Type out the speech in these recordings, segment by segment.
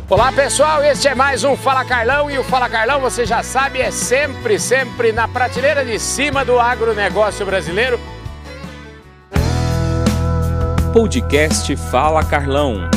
Olá pessoal, este é mais um Fala Carlão e o Fala Carlão, você já sabe, é sempre na prateleira de cima do agronegócio brasileiro. Podcast Fala Carlão.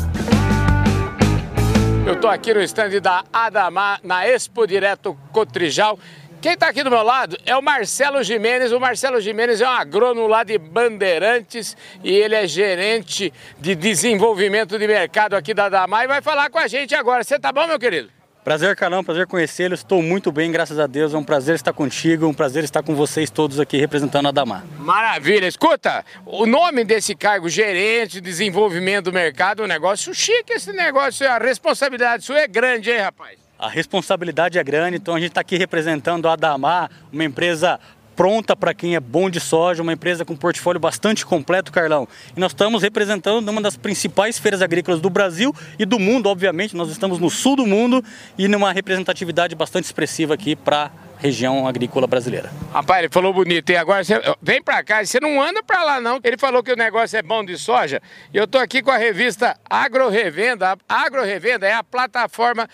Eu estou aqui no stand da Adamar, na Expo Direto Cotrijal. Quem está aqui do meu lado é o Marcelo Gimenez. O Marcelo Gimenez é um agrônomo lá de Bandeirantes e ele é gerente de desenvolvimento de mercado aqui da Adamar e vai falar com a gente agora. Você tá bom, meu querido? Prazer, Carlão, prazer conhecê-lo. Estou muito bem, graças a Deus. É um prazer estar contigo, um prazer estar com vocês todos aqui representando a Adamar. Maravilha. Escuta, o nome desse cargo, gerente de desenvolvimento do mercado, é um negócio chique esse negócio. A responsabilidade sua é grande, hein, rapaz? A responsabilidade é grande, então a gente está aqui representando a Adamar, uma empresa pronta para quem é bom de soja, uma empresa com portfólio bastante completo, Carlão. E nós estamos representando uma das principais feiras agrícolas do Brasil e do mundo, obviamente. Nós estamos no sul do mundo e numa representatividade bastante expressiva aqui para a região agrícola brasileira. Rapaz, ele falou bonito, e agora você vem para cá, você não anda para lá não. Ele falou que o negócio é bom de soja e eu tô aqui com a revista Agrorevenda. A Agrorevenda é a plataforma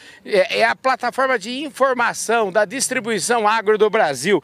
de informação da distribuição agro do Brasil.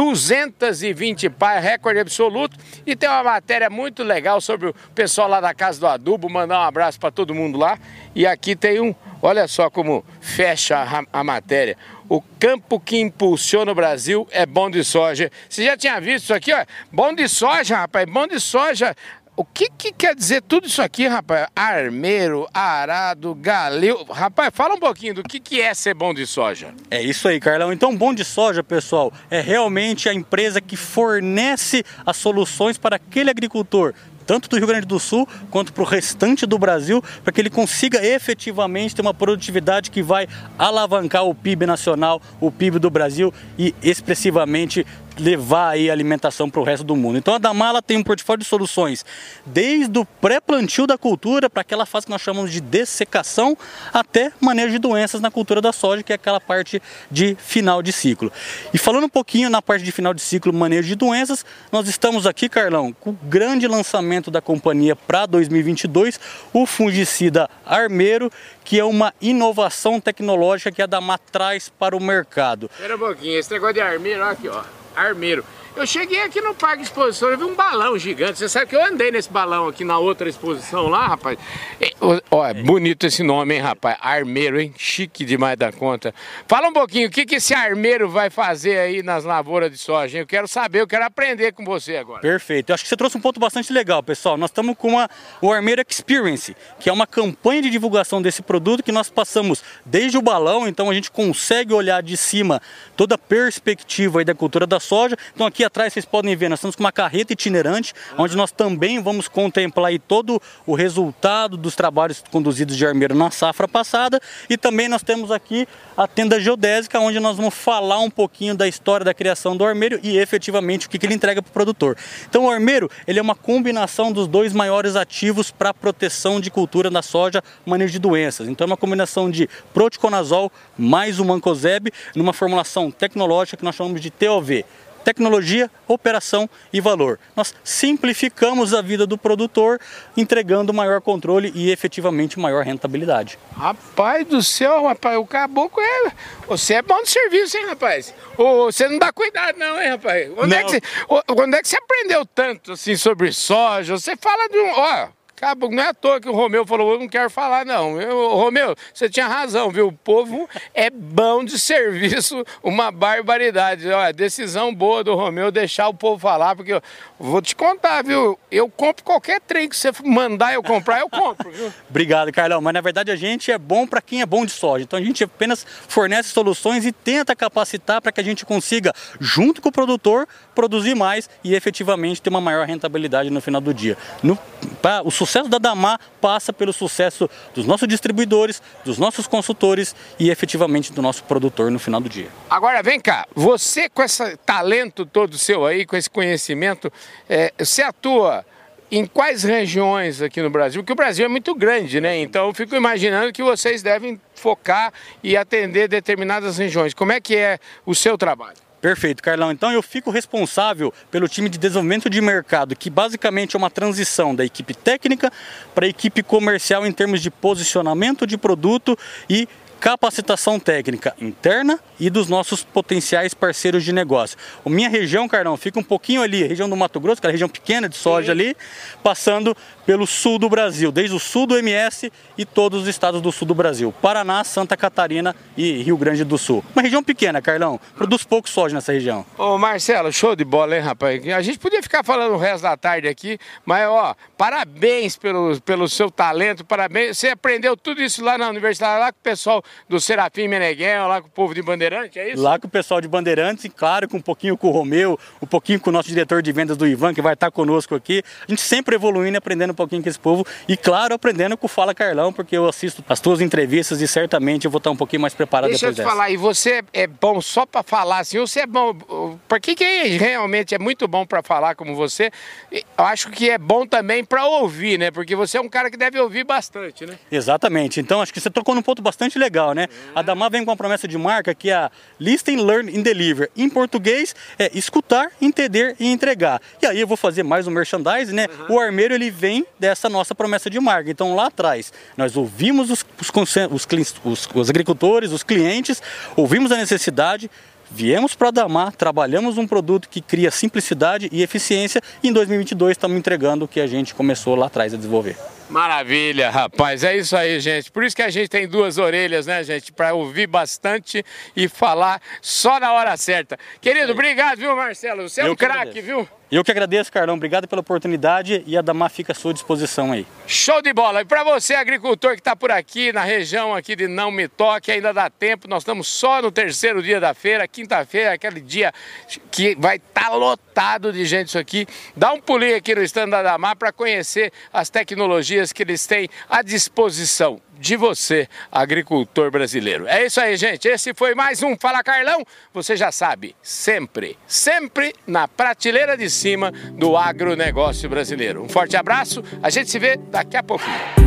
220 páginas, recorde absoluto, e tem uma matéria muito legal sobre o pessoal lá da Casa do Adubo. Mandar um abraço para todo mundo lá. E aqui tem olha só como fecha a matéria. O campo que impulsiona o Brasil é bom de soja. Você já tinha visto isso aqui, ó? Bom de soja, rapaz, bom de soja. O que quer dizer tudo isso aqui, rapaz? Armeiro, arado, galil. Rapaz, fala um pouquinho do que é ser bom de soja. É isso aí, Carlão. Então, bom de soja, pessoal, é realmente a empresa que fornece as soluções para aquele agricultor, tanto do Rio Grande do Sul quanto para o restante do Brasil, para que ele consiga efetivamente ter uma produtividade que vai alavancar o PIB nacional, o PIB do Brasil e expressivamente levar aí a alimentação para o resto do mundo. Então a Adamar tem um portfólio de soluções desde o pré-plantio da cultura, para aquela fase que nós chamamos de dessecação, até manejo de doenças na cultura da soja, que é aquela parte de final de ciclo. E falando um pouquinho na parte de final de ciclo, manejo de doenças, nós estamos aqui, Carlão, com o grande lançamento da companhia para 2022, o fungicida Armeiro, que é uma inovação tecnológica que a Adamar traz para o mercado. Espera um pouquinho, esse negócio de armeiro, olha aqui, ó. Armeiro. Eu cheguei aqui no Parque de Exposição e vi um balão gigante. Você sabe que eu andei nesse balão aqui na outra exposição lá, rapaz. É bonito esse nome, hein, rapaz? Armeiro, hein? Chique demais da conta. Fala um pouquinho, o que esse armeiro vai fazer aí nas lavouras de soja, hein? Eu quero saber, eu quero aprender com você agora. Perfeito. Eu acho que você trouxe um ponto bastante legal, pessoal. Nós estamos com o Armeiro Experience, que é uma campanha de divulgação desse produto que nós passamos desde o balão, então a gente consegue olhar de cima toda a perspectiva aí da cultura da soja. Então aqui atrás vocês podem ver, nós estamos com uma carreta itinerante, onde nós também vamos contemplar aí todo o resultado dos trabalhos conduzidos de armeiro na safra passada, e também nós temos aqui a tenda geodésica, onde nós vamos falar um pouquinho da história da criação do armeiro e efetivamente o que ele entrega para o produtor. Então o armeiro, ele é uma combinação dos dois maiores ativos para proteção de cultura da soja, manejo de doenças. Então é uma combinação de proticonazol mais o mancozeb, numa formulação tecnológica que nós chamamos de TOV. Tecnologia, operação e valor. Nós simplificamos a vida do produtor, entregando maior controle e efetivamente maior rentabilidade. Rapaz do céu, rapaz, o caboclo Você é bom de serviço, hein, rapaz? Você não dá cuidado não, hein, rapaz? Onde é que você aprendeu tanto, assim, sobre soja? Você fala de Cabo, não é à toa que o Romeu falou, eu não quero falar não. Romeu, você tinha razão, viu? O povo é bom de serviço, uma barbaridade. Olha, decisão boa do Romeu deixar o povo falar, porque eu vou te contar, viu? Eu compro qualquer trem que você mandar eu comprar, eu compro, viu? Obrigado, Carlão. Mas na verdade a gente é bom para quem é bom de soja. Então a gente apenas fornece soluções e tenta capacitar para que a gente consiga, junto com o produtor, produzir mais e efetivamente ter uma maior rentabilidade no final do dia. O sucesso da Adamar passa pelo sucesso dos nossos distribuidores, dos nossos consultores e efetivamente do nosso produtor no final do dia. Agora vem cá, você com esse talento todo seu aí, com esse conhecimento, você atua em quais regiões aqui no Brasil? Porque o Brasil é muito grande, né? Então eu fico imaginando que vocês devem focar e atender determinadas regiões. Como é que é o seu trabalho? Perfeito, Carlão. Então eu fico responsável pelo time de desenvolvimento de mercado, que basicamente é uma transição da equipe técnica para a equipe comercial em termos de posicionamento de produto e capacitação técnica interna e dos nossos potenciais parceiros de negócio. A minha região, Carlão, fica um pouquinho ali, a região do Mato Grosso, aquela região pequena de soja ali, passando pelo sul do Brasil, desde o sul do MS e todos os estados do sul do Brasil, Paraná, Santa Catarina e Rio Grande do Sul. Uma região pequena, Carlão, produz pouco soja nessa região. Ô Marcelo, show de bola, hein, rapaz? A gente podia ficar falando o resto da tarde aqui, mas ó, parabéns pelo seu talento, parabéns. Você aprendeu tudo isso lá na universidade, lá com o pessoal do Serafim Meneghel, lá com o povo de Bandeirante, é isso? Lá com o pessoal de Bandeirantes, e claro, com um pouquinho com o Romeu, um pouquinho com o nosso diretor de vendas do Ivan, que vai estar conosco aqui. A gente sempre evoluindo e aprendendo um pouquinho com esse povo. E claro, aprendendo com o Fala Carlão, porque eu assisto as tuas entrevistas e certamente eu vou estar um pouquinho mais preparado depois dessa. Deixa eu te falar, e você é bom só para falar assim, ou você é bom, porque quem realmente é muito bom para falar como você, eu acho que é bom também para ouvir, né? Porque você é um cara que deve ouvir bastante, né? Exatamente. Então acho que você tocou num ponto bastante legal, né? A Damar vem com uma promessa de marca que é a Listen, Learn and Deliver. Em português é escutar, entender e entregar. E aí eu vou fazer mais um merchandising, né? O Armeiro, ele vem dessa nossa promessa de marca. Então lá atrás nós ouvimos os agricultores, os clientes, ouvimos a necessidade, viemos para a Damar, trabalhamos um produto que cria simplicidade e eficiência e em 2022 estamos entregando o que a gente começou lá atrás a desenvolver. Maravilha, rapaz, é isso aí, gente. Por isso que a gente tem duas orelhas, né, gente? Para ouvir bastante e falar só na hora certa. Querido, obrigado, viu, Marcelo? Você é um craque, viu? Eu que agradeço, Carlão. Obrigado pela oportunidade e a Damar fica à sua disposição aí. Show de bola! E para você, agricultor que está por aqui, na região aqui de Não Me Toque, ainda dá tempo. Nós estamos só no terceiro dia da feira, quinta-feira, aquele dia que vai estar lotado de gente isso aqui. Dá um pulinho aqui no stand da Damar para conhecer as tecnologias que eles têm à disposição de você, agricultor brasileiro. É isso aí, gente. Esse foi mais um Fala Carlão. Você já sabe, sempre na prateleira de cima do agronegócio brasileiro. Um forte abraço. A gente se vê daqui a pouquinho.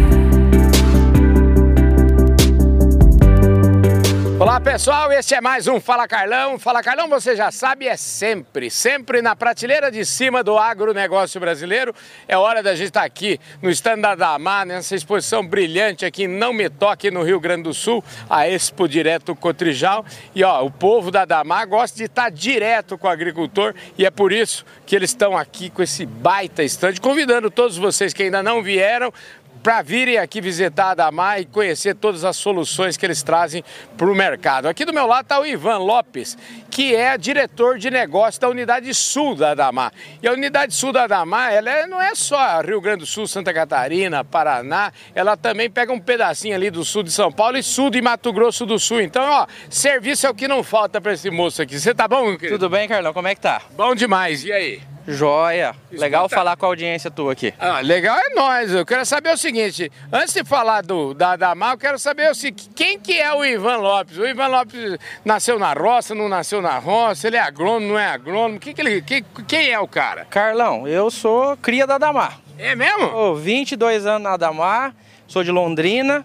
Olá pessoal, este é mais um Fala Carlão. Fala Carlão, você já sabe, é sempre na prateleira de cima do agronegócio brasileiro. É hora da gente estar aqui no stand da Damar, nessa exposição brilhante aqui em Não Me Toque, no Rio Grande do Sul, a Expo Direto Cotrijal. E ó, o povo da Damar gosta de estar direto com o agricultor e é por isso que eles estão aqui com esse baita stand, convidando todos vocês que ainda não vieram para virem aqui visitar a Damar e conhecer todas as soluções que eles trazem para o mercado. Aqui do meu lado está o Ivan Lopes, que é diretor de negócio da Unidade Sul da Damar. E a Unidade Sul da Damar, ela não é só Rio Grande do Sul, Santa Catarina, Paraná, ela também pega um pedacinho ali do sul de São Paulo e sul de Mato Grosso do Sul. Então, ó, serviço é o que não falta para esse moço aqui. Você tá bom, meu querido? Tudo bem, Carlão? Como é que tá? Bom demais. E aí? Joia. Legal falar com a audiência tua aqui. Ah, legal é nós. Eu quero saber o seguinte, antes de falar da Damar, eu quero saber o seguinte, quem que é o Ivan Lopes? O Ivan Lopes nasceu na roça, não nasceu na roça, ele é agrônomo, não é agrônomo? Quem é o cara? Carlão, eu sou cria da Damar. É mesmo? Tô 22 anos na Damar, sou de Londrina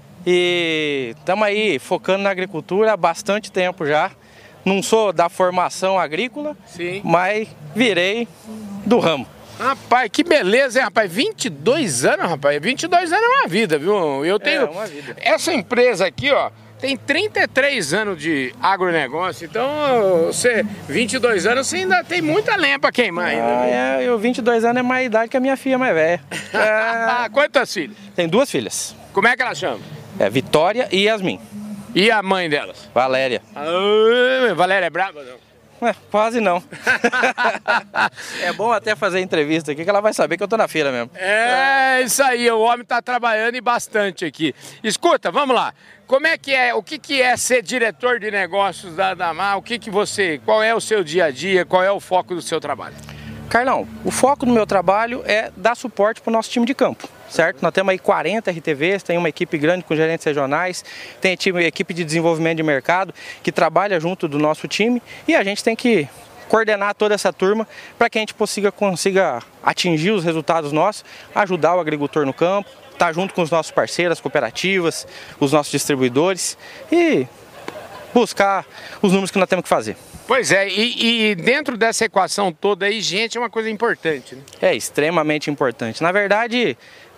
e estamos aí focando na agricultura há bastante tempo já. Não sou da formação agrícola, sim, mas virei do ramo. Rapaz, que beleza, hein, rapaz? 22 anos, rapaz. 22 anos é uma vida, viu? Eu tenho... É uma vida. Essa empresa aqui, ó, tem 33 anos de agronegócio, então você, 22 anos, você ainda tem muita lenha pra queimar ainda. Eu 22 anos é mais idade que a minha filha mais velha. Quantas filhas? Tem 2 filhas. Como é que elas chamam? É Vitória e Yasmin. E a mãe delas? Valéria. Valéria é brava, não? Quase não. É bom até fazer entrevista aqui que ela vai saber que eu tô na feira mesmo. É isso aí, o homem tá trabalhando e bastante aqui. Escuta, vamos lá. Como é que é, o que é ser diretor de negócios da Damar? Qual é o seu dia a dia, qual é o foco do seu trabalho? Carlão, o foco do meu trabalho é dar suporte para o nosso time de campo, certo? Nós temos aí 40 RTVs, tem uma equipe grande com gerentes regionais, tem equipe de desenvolvimento de mercado que trabalha junto do nosso time e a gente tem que coordenar toda essa turma para que a gente consiga atingir os resultados nossos, ajudar o agricultor no campo, estar junto com os nossos parceiros, as cooperativas, os nossos distribuidores e buscar os números que nós temos que fazer. Pois é, e dentro dessa equação toda aí, gente, é uma coisa importante, né? É extremamente importante. Na verdade,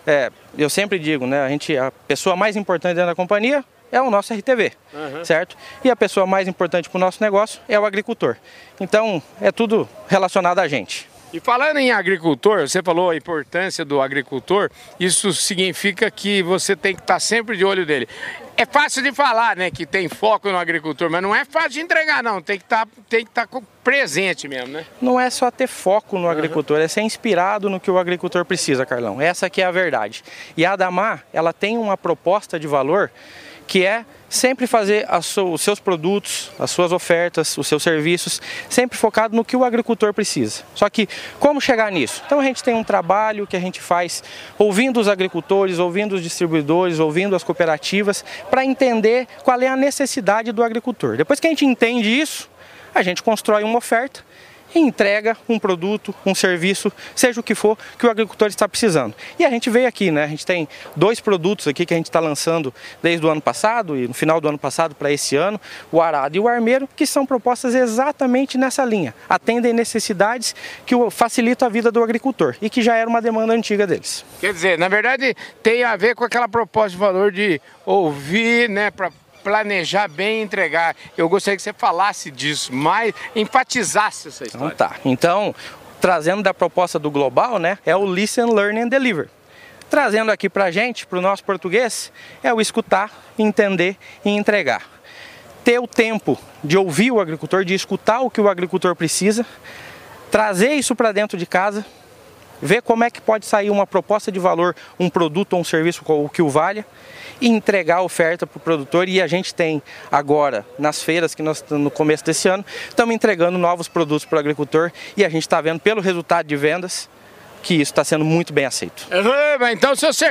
eu sempre digo, né, a pessoa mais importante dentro da companhia é o nosso RTV, certo? E a pessoa mais importante para o nosso negócio é o agricultor. Então, é tudo relacionado a gente. E falando em agricultor, você falou a importância do agricultor, isso significa que você tem que estar sempre de olho dele. É fácil de falar, né, que tem foco no agricultor, mas não é fácil de entregar, não. Tem que estar presente mesmo, né? Não é só ter foco no agricultor, é ser inspirado no que o agricultor precisa, Carlão. Essa que é a verdade. E a Adamar, ela tem uma proposta de valor que é sempre fazer os seus produtos, as suas ofertas, os seus serviços, sempre focado no que o agricultor precisa. Só que como chegar nisso? Então a gente tem um trabalho que a gente faz ouvindo os agricultores, ouvindo os distribuidores, ouvindo as cooperativas, para entender qual é a necessidade do agricultor. Depois que a gente entende isso, a gente constrói uma oferta e entrega um produto, um serviço, seja o que for que o agricultor está precisando. E a gente veio aqui, né? A gente tem 2 produtos aqui que a gente está lançando desde o ano passado e no final do ano passado para esse ano, o arado e o armeiro, que são propostas exatamente nessa linha. Atendem necessidades que facilitam a vida do agricultor e que já era uma demanda antiga deles. Quer dizer, na verdade, tem a ver com aquela proposta de valor de ouvir, né, para planejar bem e entregar. Eu gostaria que você falasse disso, mais enfatizasse essa história. Então tá. Então, trazendo da proposta do global, né, é o Listen, Learn and Deliver. Trazendo aqui pra gente, pro nosso português, é o escutar, entender e entregar. Ter o tempo de ouvir o agricultor, de escutar o que o agricultor precisa, trazer isso para dentro de casa, ver como é que pode sair uma proposta de valor, um produto ou um serviço que o valha, e entregar a oferta para o produtor. E a gente tem agora, nas feiras que nós estamos no começo desse ano, estamos entregando novos produtos para o agricultor e a gente está vendo pelo resultado de vendas que isso está sendo muito bem aceito. Então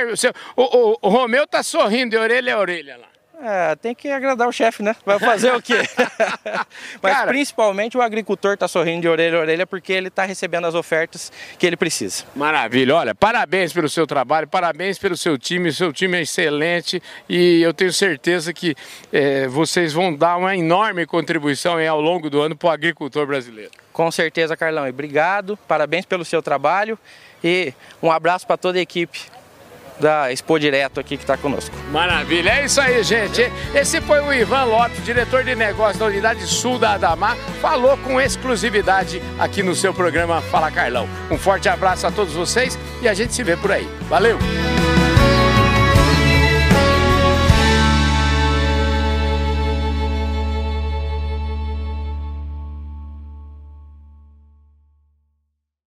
o Romeu está sorrindo de orelha a orelha lá. Tem que agradar o chefe, né? Vai fazer o quê? Mas cara, principalmente o agricultor está sorrindo de orelha a orelha porque ele está recebendo as ofertas que ele precisa. Maravilha, olha, parabéns pelo seu trabalho, parabéns pelo seu time é excelente e eu tenho certeza que vocês vão dar uma enorme contribuição ao longo do ano para o agricultor brasileiro. Com certeza, Carlão, e obrigado, parabéns pelo seu trabalho e um abraço para toda a equipe da Expo Direto aqui que está conosco. Maravilha, é isso aí, gente. Esse foi o Ivan Lopes, diretor de negócios da Unidade Sul da Adamar, falou com exclusividade aqui no seu programa Fala Carlão. Um forte abraço a todos vocês e a gente se vê por aí. Valeu!